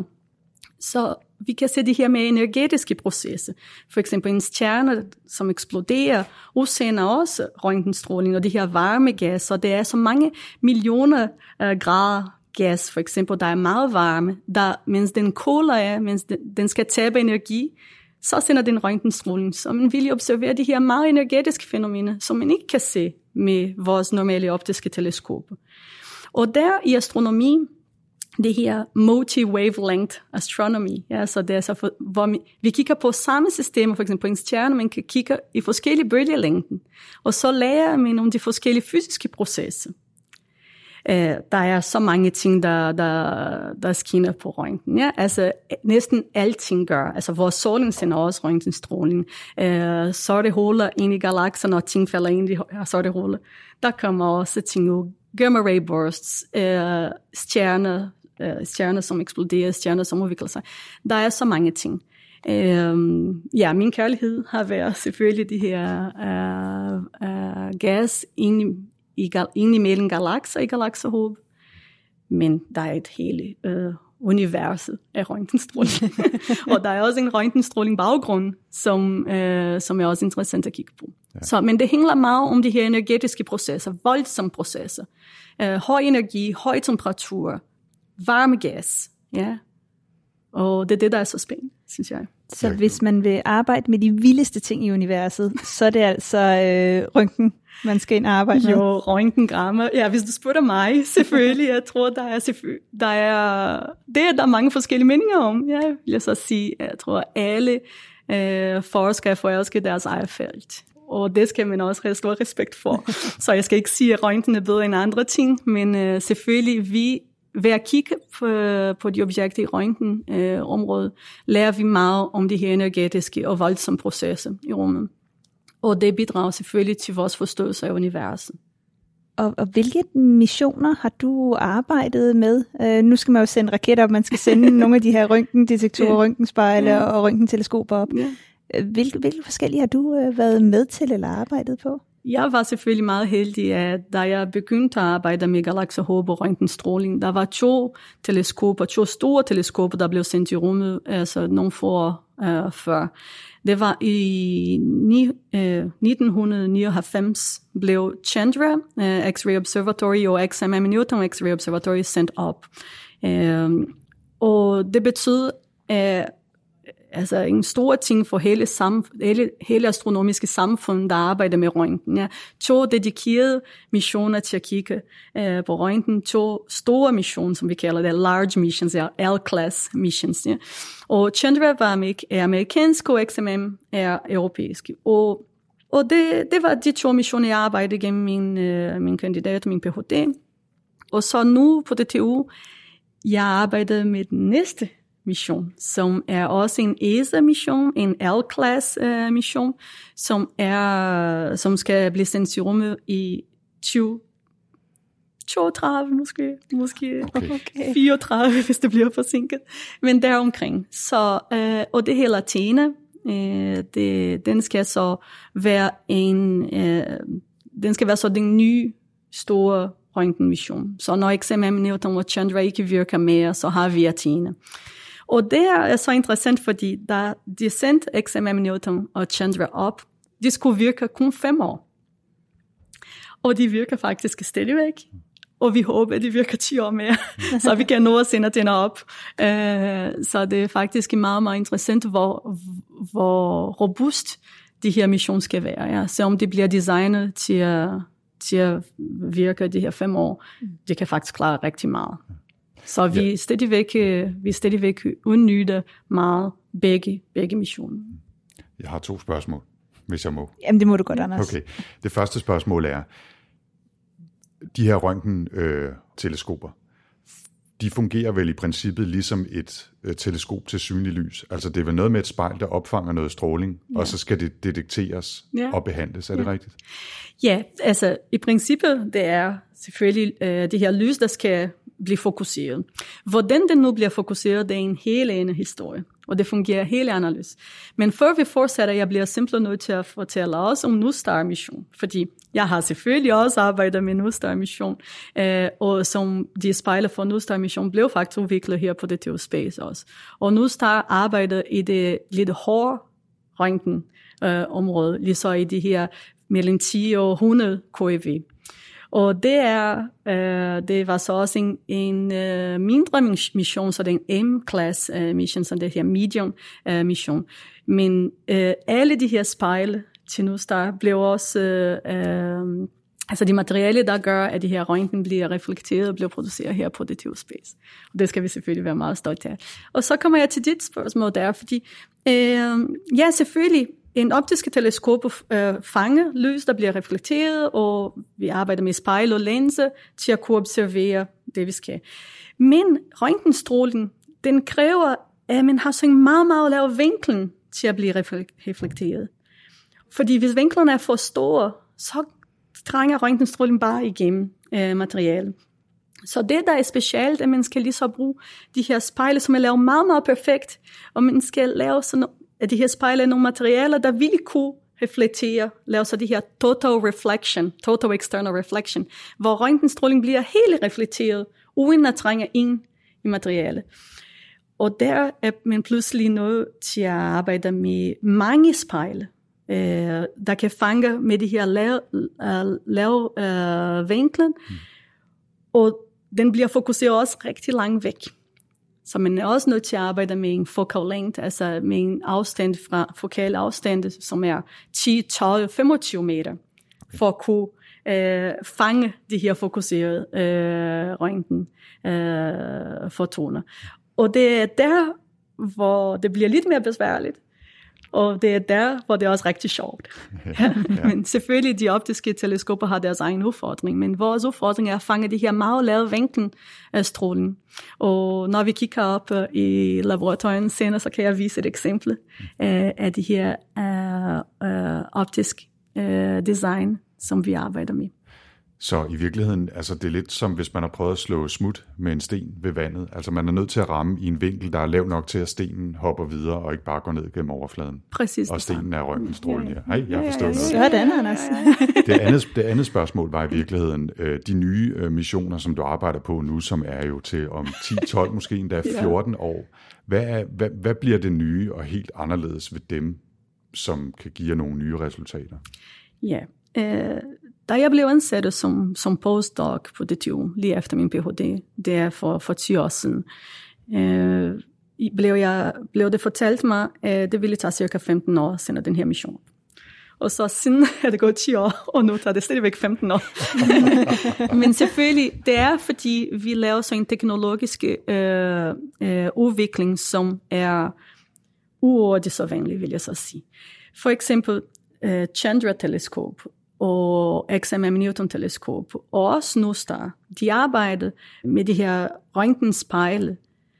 så vi kan se de her mere energetiske processer. For eksempel en stjerne, som eksploderer, udsender også røntgenstråling, og de her varmegasser, det er så mange millioner øh, grader gas, for eksempel, der er meget varme, der, mens den kolder er, mens den, den skal tabe energi, så sender den røntgenstråling. Så man vil observere de her meget energetiske fænomener, som man ikke kan se med vores normale optiske teleskoper. Og der i astronomi, det her multi-wavelength astronomy, ja, så det er så for, hvor vi, vi kigger på samme systemer, for eksempel en stjerne, man kan kigge i forskellige bølgelængden, og så lærer man om de forskellige fysiske processer. Uh, der er så mange ting, der, der, der skinner på røntgen. Ja? Altså næsten alting gør. Altså vores solen sender også røntgenstråling. Uh, sorte huller ind i galakser, når ting falder ind i sorte huller. Der kommer også ting ud. Gamma ray bursts, uh, stjerner, uh, stjerner som eksploderer, stjerner som udvikler sig. Der er så mange ting. Uh, ja, min kærlighed har været selvfølgelig de her uh, uh, gas ind i i gal- ind imellem galakser i galakserhåb, men der er et hele øh, universet af røntgenstråling. Og der er også en røntgenstråling baggrund, som, øh, som er også interessant at kigge på. Ja. Så, men det handler meget om de her energetiske processer, voldsomme processer, øh, høj energi, høj temperatur, varmegas, ja. Og det er det, der er så spændende, synes jeg. Så hvis man vil arbejde med de vildeste ting i universet, så er det altså øh, røntgen, man skal ind og arbejde med? Jo, røntgengamma. Ja, hvis du spørger mig, selvfølgelig. Jeg tror, der er, der er, det er der mange forskellige meninger om. Ja, vil jeg så sige. Jeg tror, alle øh, forskere forelsker deres eget felt. Og det skal man også have stor respekt for. Så jeg skal ikke sige, at røntgen er bedre end andre ting, men øh, selvfølgelig vi ved at kigge på, på de objekter i røntgenområdet, øh, lærer vi meget om de her energetiske og voldsomme processer i rummet. Og det bidrager selvfølgelig til vores forståelse af universet. Og, og hvilke missioner har du arbejdet med? Uh, nu skal man jo sende raketter op, man skal sende nogle af de her røntgendetektorer, yeah. røntgenspejle yeah. og røntgenteleskoper op. Yeah. Hvilke, hvilke forskellige har du uh, været med til eller arbejdet på? Jeg var selvfølgelig meget heldig, at da jeg begyndte at arbejde med galakser-håb og røntgenstråling, der var to teleskoper, to store teleskoper, der blev sendt i rummet, altså nogle få år uh, før. Det var i nitten nioghalvfems blev Chandra uh, X-ray Observatory og X M M Newton X-ray Observatory sendt op. Uh, og det betød, at altså en stor ting for hele, samf- hele, hele astronomiske samfund, der arbejder med røntgen. Ja. To dedikerede missioner til at kigge uh, på røntgen. To store missioner, som vi kalder det, large missions, ja, L-class missions. Ja. Og Chandra var amerik- er amerikansk, og X M M er europæisk. Og, og det, det var de to missioner, jeg arbejdede gennem min, uh, min kandidat og min P H D. Og så nu på D T U, jeg arbejdede med den næste mission, som er også en E S A-mission, en L-class uh, mission, som er som skal blive sendt til rummet i tyve toogtredive måske, måske okay. fireogtredive, hvis det bliver forsinket, men deromkring. Så uh, og det hele Athena, uh, det, den skal så være en, uh, den skal være så den nye store røntgenmission. Så når X M M Newton og Chandra ikke virker mere, så har vi Athena. Og det er så interessant, fordi da de sendte X M M Newton og Chandra op, de skulle virke kun fem år. Og de virker faktisk stadigvæk. Og vi håber, at de virker ti år mere, så vi kan nå at sende den op. Uh, så det er faktisk meget, meget interessant, hvor, hvor robust de her missioner skal være. Ja. Så om de bliver designet til at, til at virke de her fem år, de kan faktisk klare rigtig meget. Så vi ja. stadigvæk, vi stadigvæk udnytter meget begge, begge missioner. Jeg har to spørgsmål, hvis jeg må. Jamen det må du godt, Anders. Okay. Det første spørgsmål er, de her røntgen-teleskoper, de fungerer vel i princippet ligesom et øh, teleskop til synlig lys. Altså det er vel noget med et spejl, der opfanger noget stråling, ja. og så skal det detekteres ja. og behandles. Er ja. det rigtigt? Ja, altså i princippet, det er selvfølgelig øh, det her lys, der skal blive fokuseret. Hvordan den nu bliver fokuseret, det er en helt anden historie, og det fungerer helt anderledes. Men før vi fortsætter, jeg bliver simpelthen nødt til at fortælle os om NuSTAR-mission, fordi jeg har selvfølgelig også arbejdet med NuSTAR-mission, øh, og som de spejler for NuSTAR-mission blev faktisk udviklet her på D T U Space også. Og NuSTAR arbejder i det lidt hårde røntgen øh, område, ligesom i de her mellem ti og hundrede keV. Og det er, øh, det var så også en, en øh, mindre mission, så det er en M-class øh, mission, så det her medium øh, mission. Men øh, alle de her spejle til NuSTAR blev også, øh, øh, altså de materialer, der gør, at de her røntgen bliver reflekteret og bliver produceret her på D T U Space. Og det skal vi selvfølgelig være meget stolte af. Og så kommer jeg til dit spørgsmål der, fordi øh, ja, selvfølgelig, en optisk teleskop øh, fanger lys, der bliver reflekteret, og vi arbejder med spejl og linse til at kunne observere det, vi skal. Men røntgenstråling, den kræver, at man har sådan meget, meget lav vinklen til at blive reflekteret. Fordi hvis vinklen er for stor, så trænger røntgenstråling bare igennem øh, materialet. Så det, der er specielt, at man skal lige så bruge de her spejle, som er lavet meget, meget perfekt, og man skal lave sådan at de her spejle nogle materialer, der vil kunne reflektere, lave så de her total reflection, total external reflection, hvor røntgenstråling bliver helt reflekteret, uden at trænge ind i materialet. Og der er man pludselig nødt til at arbejde med mange spejle, øh, der kan fange med de her lave, uh, lave uh, vinkler, mm. og den bliver fokuseret også rigtig langt væk. Så man er også nødt til at arbejde med en focal length, altså med en afstand fra fokal afstand, som er ti, tolv, femogtyve meter, for at kunne øh, fange de her fokuserede øh, røntgen øh, fotoner. Og det er der, hvor det bliver lidt mere besværligt, og det er der, hvor det er også rigtig sjovt. Ja, ja. Men selvfølgelig, de optiske teleskoper har deres egen udfordring, men vores udfordring er at fange de her meget lave vinkelstråling. Og når vi kigger op uh, i laboratorien senere, så kan jeg vise et eksempel uh, af de her uh, uh, optisk uh, design, som vi arbejder med. Så i virkeligheden, altså det er lidt som hvis man har prøvet at slå smut med en sten ved vandet. Altså man er nødt til at ramme i en vinkel, der er lav nok til, at stenen hopper videre og ikke bare går ned gennem overfladen. Præcis. Og stenen er røntgenstrålen her. Hej, jeg har forstået noget. Sådan, Anders. Det andet, det andet spørgsmål var i virkeligheden øh, de nye øh, missioner, som du arbejder på nu, som er jo til om ti, tolv, måske endda fjorten år. Hvad, er, hvad, hvad bliver det nye og helt anderledes ved dem, som kan give jer nogle nye resultater? Ja, øh, da jeg blev ansat som, som postdoc på D T U, lige efter min P H D, det er for, for ti år siden, øh, blev, jeg, blev det fortalt mig, at det ville tage cirka femten år siden den her mission. Og så siden er det gået ti år, og nu tager det stadigvæk femten år. Men selvfølgelig, det er fordi, vi laver så en teknologisk øh, øh, udvikling, som er uordigt så vanlig, vil jeg så sige. For eksempel øh, Chandra-teleskop og X M M Newton-teleskop og også NuSTAR, de arbejdede med de her røntgenspejle,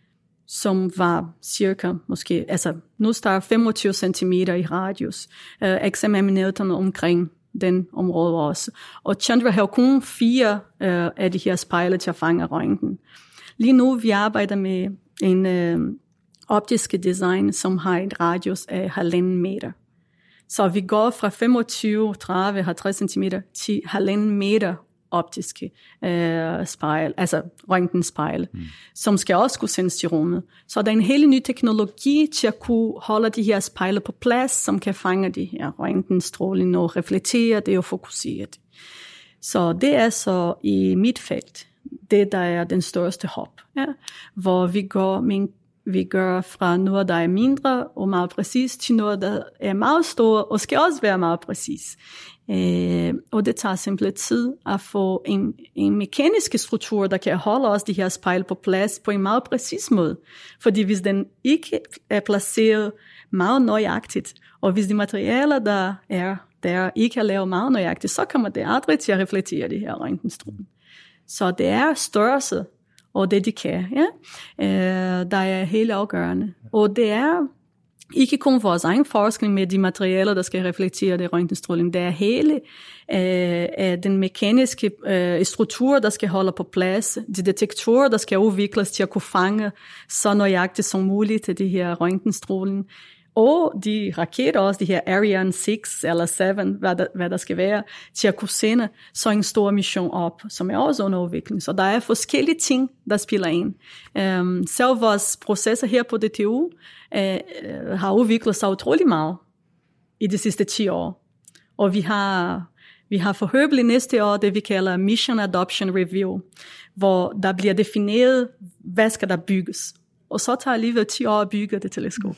som var cirka, måske, altså NuSTAR femogtyve centimeter i radius, uh, X M M Newton omkring den område også. Og Chandra har kun fire uh, af de her spejle til at fange røntgen. Lige nu vi arbejder med en uh, optisk design, som har et radius af halvanden meter. Så vi går fra femogtyve, tredive, halvtreds centimeter til halvanden meter optiske øh, spejl, altså røntgenspejl, mm. som skal også kunne sendes til rummet. Så der er en helt ny teknologi til at kunne holde de her spejle på plads, som kan fange de her røntgenstråling og reflektere det og fokusere det. Så det er så i mit felt, det der er den største hop, ja? Hvor vi går med en Vi gør fra noget, der er mindre og meget præcis, til noget, der er meget stort og skal også være meget præcis. Øh, og det tager simpelthen tid at få en, en mekanisk struktur, der kan holde os de her spejl på plads på en meget præcis måde. Fordi hvis den ikke er placeret meget nøjagtigt, og hvis de materialer, der er der, ikke er lavet meget nøjagtigt, så kommer det aldrig til at reflektere de her røntgenstråling. Så det er størrelse, og det de kan, ja, øh, der er helt afgørende. Og det er ikke kun vores egen forskning med de materialer, der skal reflektere det røntgenstråling, det er hele øh, den mekaniske øh, struktur, der skal holde på plads, de detektorer, der skal udvikles til at kunne fange så nøjagtigt som muligt til de her røntgenstråling. Og de raketter også, de her Ariane seks eller syv, hvad der, hvad der skal være, til at kunne sende så en stor mission op, som er også under udvikling. Så der er forskellige ting, der spiller ind. Um, selv vores processer her på D T U uh, har udviklet sig utrolig meget i de sidste ti år. Og vi har, vi har forhåbentlig næste år det, vi kalder Mission Adoption Review, hvor der bliver defineret, hvad skal der bygges. Og så tager alligevel ti år at bygge det teleskop.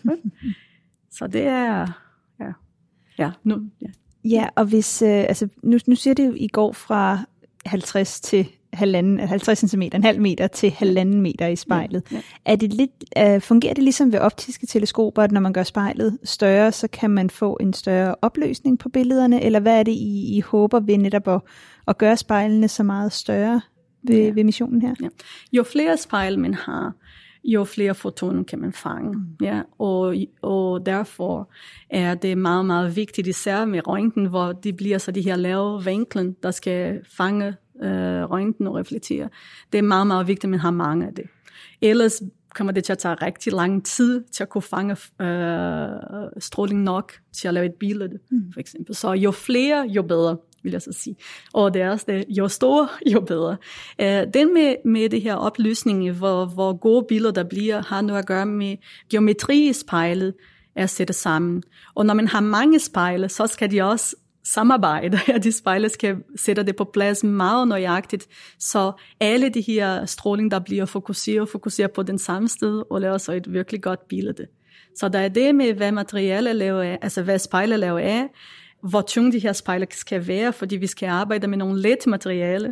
Så det er, ja, ja, nu, ja. Ja, og hvis, øh, altså, nu, nu siger det jo, I går fra halvtreds til halvanden, halvtreds centimeter, en halv meter til halvanden meter i spejlet. Ja, ja. Er det lidt, øh, fungerer det ligesom ved optiske teleskoper, at når man gør spejlet større, så kan man få en større opløsning på billederne, eller hvad er det, I, I håber ved netop at, at gøre spejlene så meget større ved, ja. ved missionen her? Ja. Jo flere spejl man har, jo flere fotoner kan man fange. Ja? Og, og derfor er det meget, meget vigtigt, især med røntgen, hvor det bliver så de her lave vinkler, der skal fange øh, røntgen og reflektere. Det er meget, meget vigtigt, at man har mange af det. Ellers kommer det til at tage rigtig lang tid til at kunne fange øh, stråling nok til at lave et billede, for eksempel. Så jo flere, jo bedre, vil jeg så sige. Og det er også det, jo store, jo bedre. Uh, den med, med det her opløsning, hvor, hvor gode billeder der bliver, har noget at gøre med geometri i spejlet, er at sætte sammen. Og når man har mange spejle, så skal de også samarbejde, at de spejle skal sætte det på plads meget nøjagtigt, så alle de her stråling, der bliver fokuseret, fokuserer på den samme sted, og laver så et virkelig godt billede. Så der er det med, hvad materialet laver af, altså hvad spejlet laver af, hvor tunge de her spejle skal være, fordi vi skal arbejde med nogle let materiale,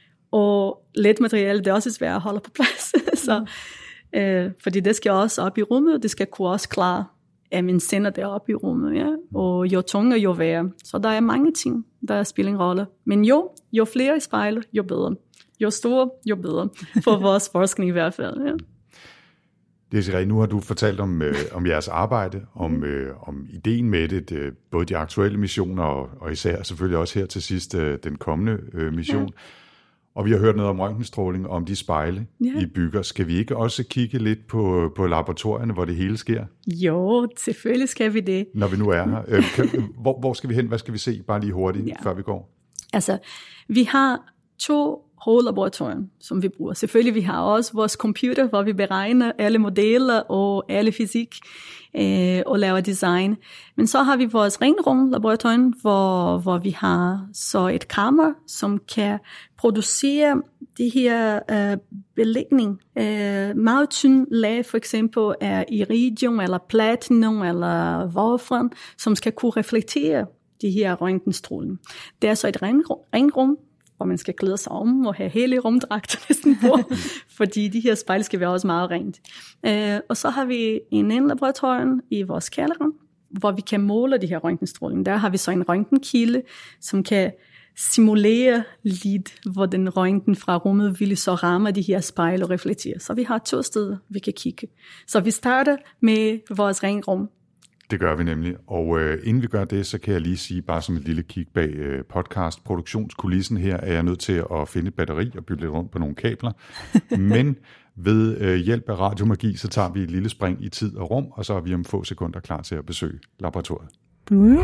og let materiale, det er også svært at holde på plads. Så, øh, fordi det skal også op i rummet, og det skal kunne også klare, at man sender det op i rummet, ja? Og jo tungere, jo værre. Så der er mange ting, der spiller en rolle. Men jo, jo flere spejle, jo bedre. Jo store, jo bedre. For vores forskning i hvert fald, ja. Desiree, nu har du fortalt om, øh, om jeres arbejde, om, øh, om ideen med det, øh, både de aktuelle missioner og, og især selvfølgelig også her til sidst øh, den kommende øh, mission. Ja. Og vi har hørt noget om røntgenstråling og om de spejle, ja. I bygger. Skal vi ikke også kigge lidt på, på laboratorierne, hvor det hele sker? Jo, selvfølgelig skal vi det. Når vi nu er her. Øh, kan, hvor, hvor skal vi hen? Hvad skal vi se? Bare lige hurtigt, ja. Før vi går. Altså, vi har to hovedlaboratorier, som vi bruger. Selvfølgelig, vi har også vores computer, hvor vi beregner alle modeller og alle fysik øh, og laver design. Men så har vi vores ringrumlaboratorium, hvor, hvor vi har så et kammer, som kan producere de her øh, belægning. Øh, meget tynd lag, for eksempel af iridium eller platinum eller wolfram, som skal kunne reflektere de her røntgenstråling. Det er så et ringrum, hvor man skal klæde sig om og have hele rumdragter næsten på, fordi de her spejle skal være også meget rent. Øh, og så har vi en anden laboratorium i vores kælderrum, hvor vi kan måle de her røntgenstråling. Der har vi så en røntgenkilde, som kan simulere lidt, hvor den røntgen fra rummet ville så ramme de her spejle og reflektere. Så vi har to steder, vi kan kigge. Så vi starter med vores ringrum. Det gør vi nemlig, og øh, inden vi gør det, så kan jeg lige sige, bare som et lille kig bag øh, podcast-produktionskulissen her, er jeg nødt til at finde et batteri og bytte lidt rundt på nogle kabler. Men ved øh, hjælp af radiomagi, så tager vi et lille spring i tid og rum, og så er vi om få sekunder klar til at besøge laboratoriet. The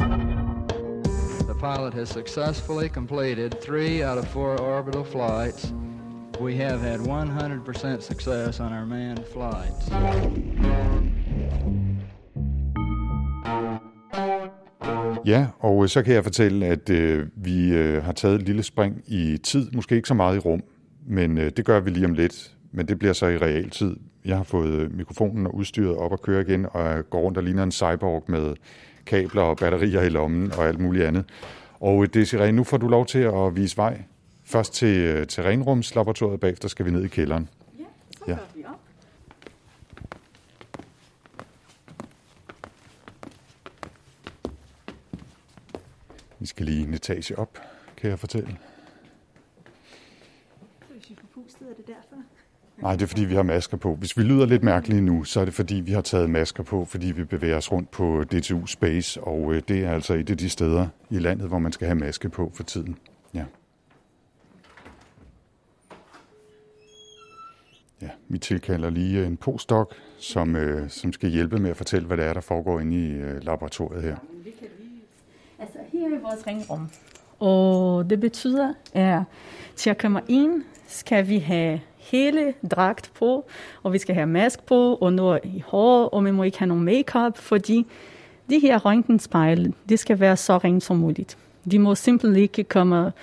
pilot has successfully completed three out of four orbital flights. We have had one hundred percent success on our manned flights. Ja, og så kan jeg fortælle, at øh, vi øh, har taget et lille spring i tid, måske ikke så meget i rum, men øh, det gør vi lige om lidt, men det bliver så i realtid. Jeg har fået mikrofonen og udstyret op og køre igen, og jeg går rundt og ligner en cyborg med kabler og batterier i lommen og alt muligt andet. Og Desiree, nu får du lov til at vise vej. Først til, til renrumslaboratoriet, bagefter skal vi ned i kælderen. Ja, så gør vi op. Vi skal lige en etage op, kan jeg fortælle. Så hvis vi får pustet, er det derfor? Nej, det er fordi, vi har masker på. Hvis vi lyder lidt mærkeligt nu, så er det fordi, vi har taget masker på, fordi vi bevæger os rundt på D T U Space, og det er altså et af de steder i landet, hvor man skal have maske på for tiden. Ja. Ja, vi tilkalder lige en postdoc, som, øh, som skal hjælpe med at fortælle, hvad det er, der foregår inde i øh, laboratoriet her. Altså, her er vores ringrum. Og det betyder, at til at komme ind, skal vi have hele dragt på, og vi skal have mask på, og noget i hår, og vi må ikke have nogen makeup, fordi de her røntgenspejle, det skal være så rent som muligt. De må simpelthen ikke komme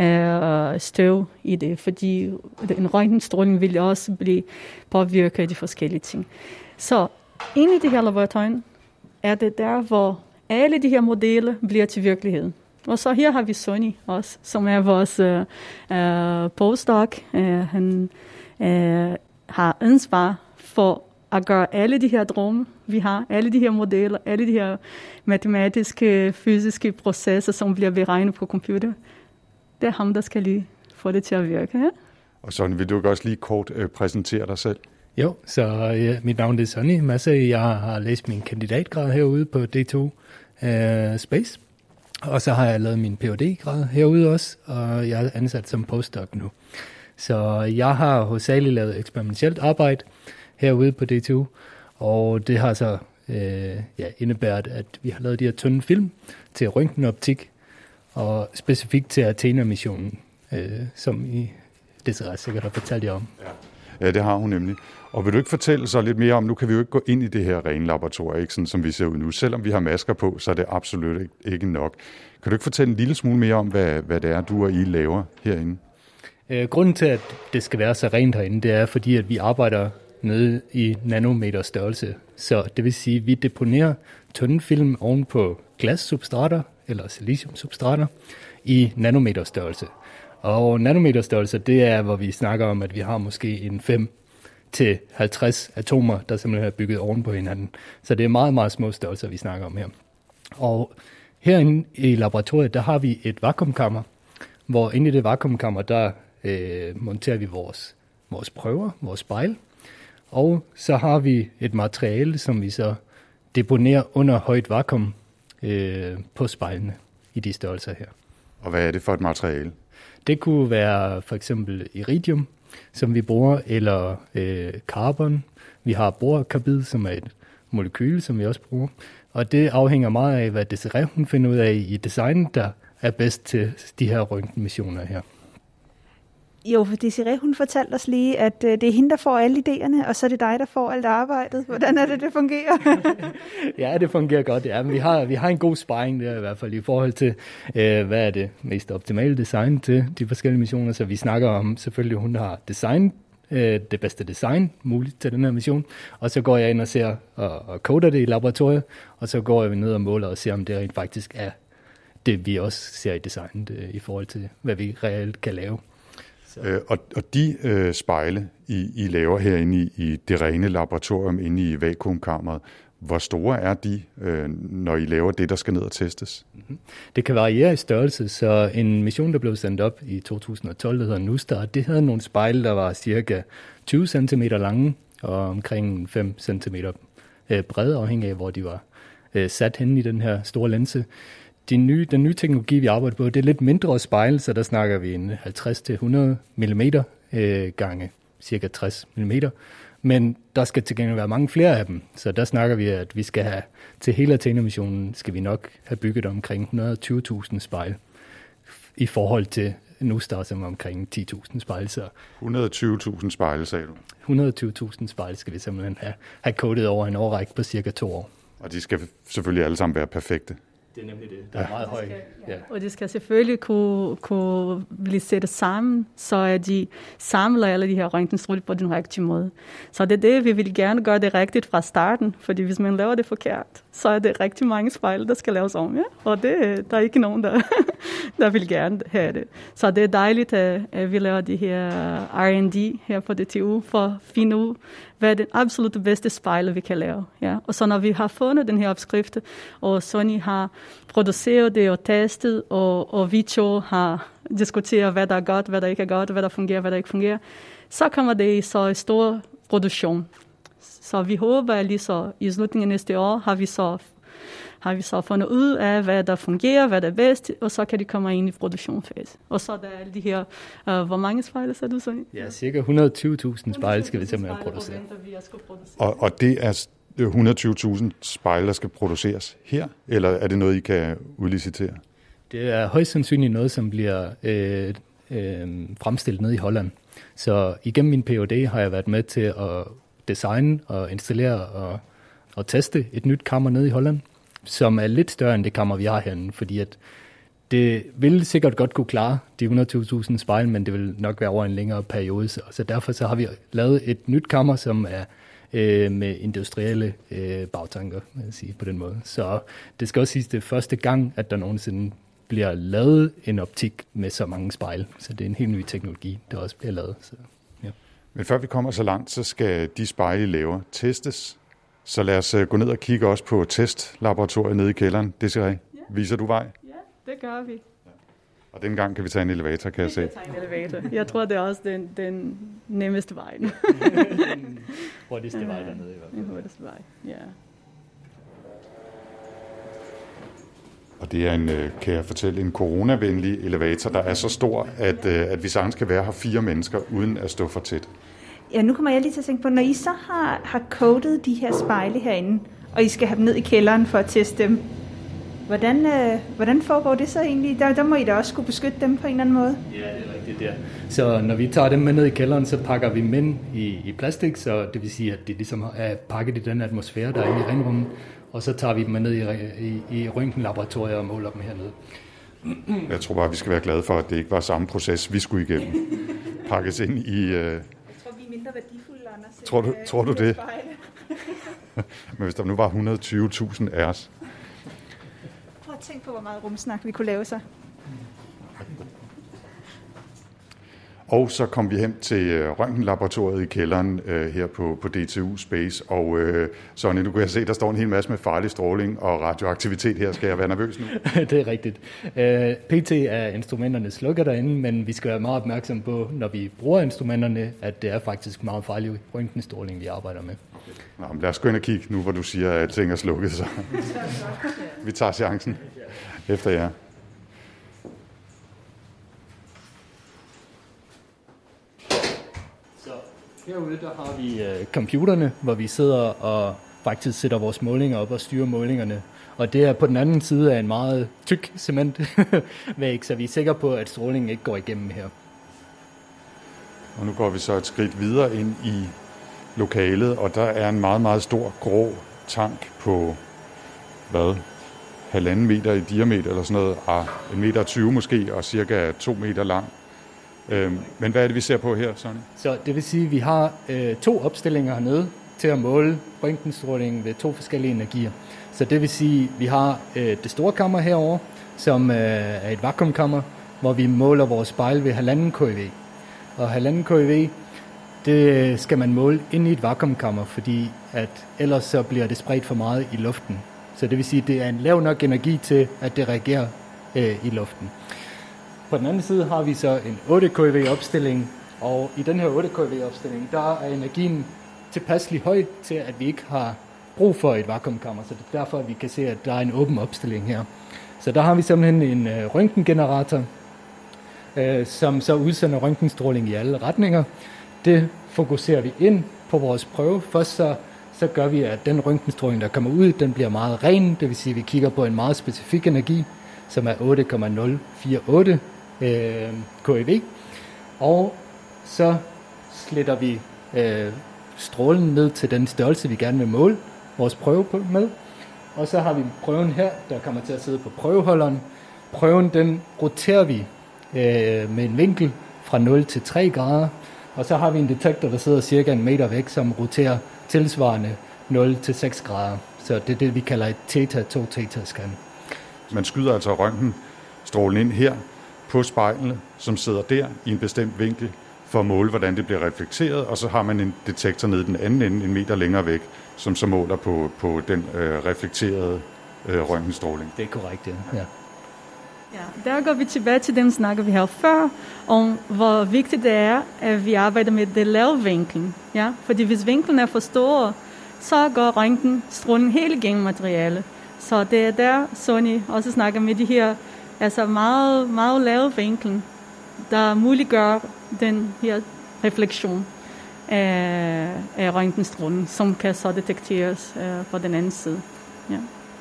øh, støv i det, fordi en røntgenstråling vil også blive påvirket af de forskellige ting. Så inde i det her laboratorium er det der, hvor alle de her modeller bliver til virkelighed. Og så her har vi Sonny også, som er vores øh, øh, postdoc. Øh, han øh, har ansvar for at gøre alle de her drømme, vi har, alle de her modeller, alle de her matematiske, fysiske processer, som bliver beregnet på computer. Det er ham, der skal lige få det til at virke. Ja? Og Sonny, vil du også lige kort øh, præsentere dig selv? Jo, så ja, mit navn er Sonny Madse. Jeg har læst min kandidatgrad herude på D to uh, Space. Og så har jeg lavet min P H D-grad herude også, og jeg er ansat som postdoc nu. Så jeg har hovedsageligt lavet eksperimentelt arbejde herude på D to, og det har så øh, ja, indebæret, at vi har lavet de her tynde film til røntgenoptik, og specifikt til Athena-missionen, øh, som I Desiree sikkert har fortalt jer om. Ja. Ja, det har hun nemlig. Og vil du ikke fortælle så lidt mere om, nu kan vi jo ikke gå ind i det her rene laboratorium, ikke, sådan som vi ser ud nu. Selvom vi har masker på, så er det absolut ikke, ikke nok. Kan du ikke fortælle en lille smule mere om, hvad, hvad det er, du og I laver herinde? Øh, grunden til, at det skal være så rent herinde, det er fordi, at vi arbejder nede i nanometer størrelse. Så det vil sige, at vi deponerer tynde film oven på glassubstrater eller siliciumsubstrater i nanometer størrelse. Og nanometer størrelse, det er, hvor vi snakker om, at vi har måske en fem til halvtreds atomer, der simpelthen er bygget oven på hinanden. Så det er meget, meget små størrelser, vi snakker om her. Og herinde i laboratoriet, der har vi et vakuumkammer, hvor inde i det vakuumkammer, der øh, monterer vi vores, vores prøver, vores spejl. Og så har vi et materiale, som vi så deponerer under højt vakuum øh, på spejlene i de størrelser her. Og hvad er det for et materiale? Det kunne være for eksempel iridium, som vi bruger, eller øh, carbon. Vi har borkarbid, som er et molekyle, som vi også bruger. Og det afhænger meget af, hvad Desiree hun finder ud af i designet, der er bedst til de her røntgenmissioner her. Jo, for Desiree, hun fortalte os lige, at øh, det er hende, der får alle idéerne, og så er det dig, der får alt arbejdet. Hvordan er det, det fungerer? Ja, det fungerer godt. Ja. Men vi har, vi har en god sparring der i hvert fald i forhold til, øh, hvad er det mest optimale design til de forskellige missioner. Så vi snakker om, selvfølgelig, hun har design, øh, det bedste design muligt til den her mission. Og så går jeg ind og ser og, og coder det i laboratoriet, og så går jeg ned og måler og ser, om det rent faktisk er det, vi også ser i designet øh, i forhold til, hvad vi reelt kan lave. Øh, og, og de øh, spejle, I, I laver herinde i, i det rene laboratorium inde i vakuumkammeret, hvor store er de, øh, når I laver det, der skal ned og testes? Mm-hmm. Det kan variere i størrelse, så en mission, der blev sendt op i to tusind og tolv, der hedder NuSTAR, det havde nogle spejle, der var cirka tyve centimeter lange og omkring fem centimeter øh, brede, afhængig af, hvor de var øh, sat henne i den her store linse. De nye, den nye teknologi, vi arbejder på, det er lidt mindre spejl, så der snakker vi en halvtreds til hundrede millimeter øh, gange cirka tres millimeter. Men der skal til gengæld være mange flere af dem, så der snakker vi, at vi skal have, til hele Athena-missionen, skal vi nok have bygget omkring et hundrede og tyve tusind spejl i forhold til NuSTAR, som er omkring ti tusind spejl. Så et hundrede og tyve tusind spejle, sagde du? et hundrede og tyve tusind spejl skal vi simpelthen have, have kodet over en årrække på cirka to år. Og de skal selvfølgelig alle sammen være perfekte. Det er nemlig det. Der er meget højt. Ja. Og de skal selvfølgelig kunne, kunne blive sættet sammen, så at de samler alle de her røntgenstråler på den rigtige måde. Så det er det, vi vil gerne gøre det rigtigt fra starten, fordi hvis man laver det forkert, så er det rigtig mange spejle, der skal laves om. Ja? Og det, der er ikke nogen, der, der vil gerne have det. Så det er dejligt, at vi laver de her R and D her på D T U for at finde ud, hvad er den absolut bedste spejl, vi kan lave. Ja? Og så når vi har fundet den her opskrift, og Sony har produceret det og testet, og, og vi to har diskuteret, hvad der er godt, hvad der ikke er godt, hvad der fungerer, hvad der ikke fungerer, så kommer det i så stor produktion. Så vi håber, at lige så i slutningen af næste år har vi så har vi så fundet ud af, hvad der fungerer, hvad der er bedst, og så kan de komme ind i produktionsfase. Og så er der alle de her, uh, hvor mange spejle sagde du så? Ja, cirka et hundrede og tyve tusind spejle skal vi simpelthen producere. Og, og det er et hundrede og tyve tusind spejle, der skal produceres her, eller er det noget, I kan udlicitere? Det er højst sandsynligt noget, som bliver øh, øh, fremstillet ned i Holland. Så igennem min P H D har jeg været med til at designe og installere og, og teste et nyt kammer ned i Holland, som er lidt større end det kammer, vi har herinde, fordi at det vil sikkert godt kunne klare de et hundrede og tyve tusind spejle, men det vil nok være over en længere periode. Så, så derfor så har vi lavet et nyt kammer, som er øh, med industrielle øh, bagtanker, vil jeg sige på den måde. Så det skal også siges, det er første gang, at der nogensinde bliver lavet en optik med så mange spejle. Så det er en helt ny teknologi, der også bliver lavet. Så, ja. Men før vi kommer så langt, så skal de spejle, I laver, testes. Så lad os gå ned og kigge også på testlaboratoriet nede i kælderen. Desiree, ja. Viser du vej? Ja, det gør vi. Ja. Og den gang kan vi tage en elevator, kan jeg se. Vi kan tage en elevator. Jeg tror, det er også den, den nemmeste vej. Hurtigste vej dernede i hvert fald. Den hurtigste vej, ja. Og det er en, kan jeg fortælle, en coronavenlig elevator, der er så stor, at, at vi sagtens kan være her fire mennesker, uden at stå for tæt. Ja, nu kommer jeg lige til at tænke på, når I så har, har codet de her spejle herinde, og I skal have dem ned i kælderen for at teste dem, hvordan, øh, hvordan foregår det så egentlig? Der, der må I da også skulle beskytte dem på en eller anden måde. Ja, det er rigtigt der. Så når vi tager dem med ned i kælderen, så pakker vi dem ind i, i plastik, så det vil sige, at det ligesom er pakket i den atmosfære, der er inde i renrummet, og så tager vi dem med ned i, i, i røntgenlaboratoriet og måler dem hernede. Jeg tror bare, vi skal være glade for, at det ikke var samme proces, vi skulle igennem. Pakkes ind i... Øh... Jeg tror, vi er mindre værdifulde, Anders. Tror du, tror du det? Men hvis der nu var et hundrede og tyve tusind af os. Prøv at tænke på, hvor meget rumsnak vi kunne lave sig. Og så kom vi hen til øh, røntgenlaboratoriet i kælderen øh, her på, på D T U Space, og øh, Sonny, nu kan jeg se, der står en hel masse med farlig stråling og radioaktivitet her. Skal jeg være nervøs nu? Det er rigtigt. Øh, P T er instrumenterne slukker derinde, men vi skal være meget opmærksom på, når vi bruger instrumenterne, at det er faktisk meget farlig røntgenstråling, vi arbejder med. Nå, men lad os gå ind og kigge nu, hvor du siger, at alting er slukket, så vi tager chancen efter jer. Herude der har vi øh, computerne, hvor vi sidder og faktisk sætter vores målinger op og styrer målingerne. Og det er på den anden side af en meget tyk cementvæg, så vi er sikre på, at strålingen ikke går igennem her. Og nu går vi så et skridt videre ind i lokalet, og der er en meget, meget stor grå tank på, hvad, halvanden meter i diameter eller sådan noget, ah, en meter tyve måske, og cirka to meter lang. Men hvad er det, vi ser på her, Sonny? Så det vil sige, at vi har øh, to opstillinger hernede til at måle røntgenstrålingen ved to forskellige energier. Så det vil sige, at vi har øh, det store kammer herovre, som øh, er et vakuumkammer, hvor vi måler vores spejl ved halvanden keV. Og halvanden keV, det skal man måle inde i et vakuumkammer, fordi at ellers så bliver det spredt for meget i luften. Så det vil sige, at det er en lav nok energi til, at det reagerer øh, i luften. På den anden side har vi så en otte keV opstilling, og i den her otte keV opstilling, der er energien tilpasselig høj til, at vi ikke har brug for et vakuumkammer, så det er derfor, at vi kan se, at der er en åben opstilling her. Så der har vi simpelthen en øh, røntgengenerator, øh, som så udsender røntgenstråling i alle retninger. Det fokuserer vi ind på vores prøve. Først så, så gør vi, at den røntgenstråling, der kommer ud, den bliver meget ren, det vil sige, at vi kigger på en meget specifik energi, som er otte komma nul fire otte øh, keV, og så sletter vi øh, strålen ned til den størrelse, vi gerne vil måle vores prøve på med, og så har vi prøven her, der kommer til at sidde på prøveholderen. Prøven, den roterer vi øh, med en vinkel fra nul til tre grader, og så har vi en detektor, der sidder cirka en meter væk, som roterer tilsvarende nul til seks grader, så det er det, vi kalder et theta to theta scan. Man skyder altså røntgenstrålen ind her på spejlene, som sidder der i en bestemt vinkel, for at måle, hvordan det bliver reflekteret, og så har man en detektor nede den anden ende, en meter længere væk, som så måler på, på den øh, reflekterede øh, røntgenstråling. Det er korrekt, ja. ja. Ja, der går vi tilbage til den snak, vi havde før, om hvor vigtigt det er, at vi arbejder med det lave vinkel. Ja? Fordi hvis vinklen er for stor, så går røntgenstrålen helt igennem materialet. Så det er der, Sonny også snakker med de her altså meget, meget lave vinklen, der muliggør den her refleksion af, af røntgenstrålen, som kan så detekteres øh, på den anden side. Ja.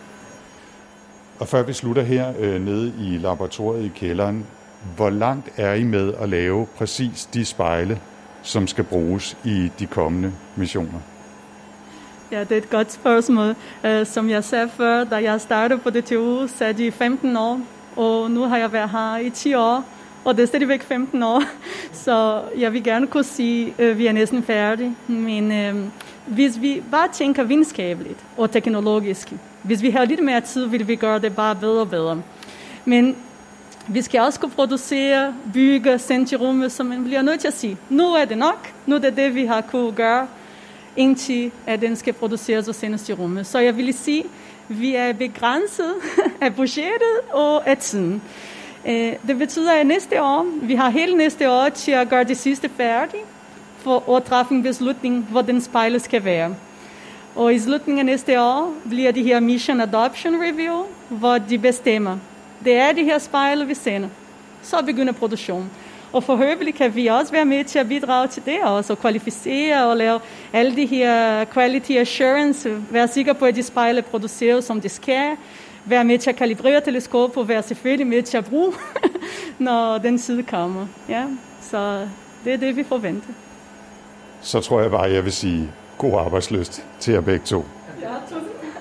Og før vi slutter her øh, nede i laboratoriet i kælderen, hvor langt er I med at lave præcis de spejle, som skal bruges i de kommende missioner? Ja, det er et godt spørgsmål. Uh, som jeg sagde før, da jeg startede på D T U, så er de femten år, og nu har jeg været her i ti år, og det er stadigvæk femten år. Så jeg vil gerne kunne sige, at uh, vi er næsten færdige. Men uh, hvis vi bare tænker videnskabeligt og teknologisk, hvis vi har lidt mere tid, vil vi gøre det bare bedre og bedre. Men vi skal også kunne producere, bygge, sende til rummet, så man bliver nødt til at sige, nu er det nok, nu er det det, vi har kunne gøre, indtil at den skal produceres og sendes til rummet. Så jeg vil sige, at vi er begrænset af budgettet og af tiden. Det betyder, at næste år, vi har hele næste år til at gøre det sidste færdigt, for at træffe en beslutning, hvor den spejle skal være. Og i slutningen af næste år bliver det her Mission Adoption Review, hvor de bestemmer, det er de her spejle, vi sender. Så begynder produktionen. Og forhåbentlig kan vi også være med til at bidrage til det også, og kvalificere og lave alle de her quality assurance, være sikker på, at de spejle produceres, som de skal, være med til at kalibrere teleskopet, og være selvfølgelig med til at bruge, når den side kommer. Ja, så det er det, vi forventer. Så tror jeg bare, jeg vil sige god arbejdslyst til jer begge to. Ja, tusind.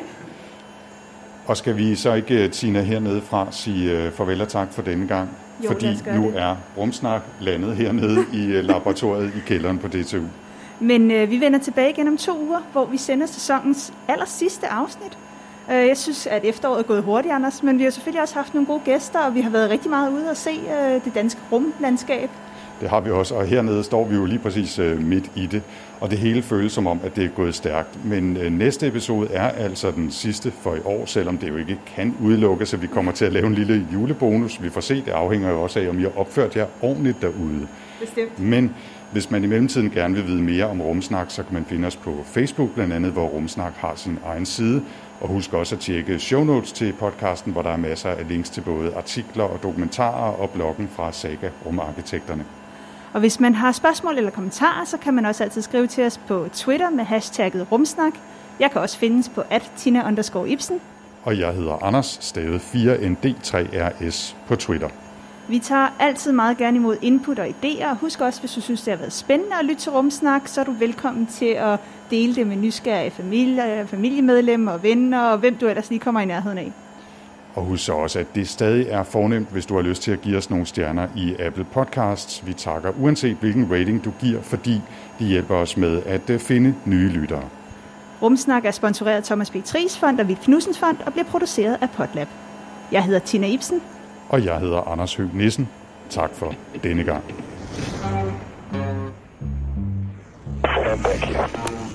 Og skal vi så ikke, Tina, hernede fra sige farvel og tak for denne gang? Jo, fordi nu det. er Rumsnak landet hernede i laboratoriet i kælderen på D T U. Men øh, vi vender tilbage igen om to uger, hvor vi sender sæsonens aller sidste afsnit. Øh, jeg synes, at efteråret er gået hurtigt, Anders, men vi har selvfølgelig også haft nogle gode gæster, og vi har været rigtig meget ude at se øh, det danske rumlandskab. Det har vi også, og hernede står vi jo lige præcis øh, midt i det, og det hele føles som om, at det er gået stærkt. Men øh, næste episode er altså den sidste for i år, selvom det jo ikke kan udelukkes, at vi kommer til at lave en lille julebonus. Vi får se, det afhænger jo også af, om I har opført jer ordentligt derude. Bestemt. Men hvis man i mellemtiden gerne vil vide mere om Rumsnak, så kan man finde os på Facebook, blandt andet, hvor Rumsnak har sin egen side. Og husk også at tjekke show notes til podcasten, hvor der er masser af links til både artikler og dokumentarer og bloggen fra Saga Rumarkitekterne. Og hvis man har spørgsmål eller kommentarer, så kan man også altid skrive til os på Twitter med hashtagget Rumsnak. Jeg kan også findes på at tina underscore ibsen. Og jeg hedder Anders, stavet fire N D tre R S på Twitter. Vi tager altid meget gerne imod input og idéer, og husk også, hvis du synes, det har været spændende at lytte til Rumsnak, så er du velkommen til at dele det med nysgerrige familie, familiemedlemmer og venner, og hvem du ellers lige kommer i nærheden af. Og husk så også, at det stadig er fornemt, hvis du har lyst til at give os nogle stjerner i Apple Podcasts. Vi takker uanset hvilken rating du giver, fordi de hjælper os med at finde nye lyttere. Rumsnak er sponsoreret af Thomas B. Tries Fond og Vild Knudsens Fond og bliver produceret af Podlab. Jeg hedder Tina Ibsen. Og jeg hedder Anders Høgh Nissen. Tak for denne gang. And thank you.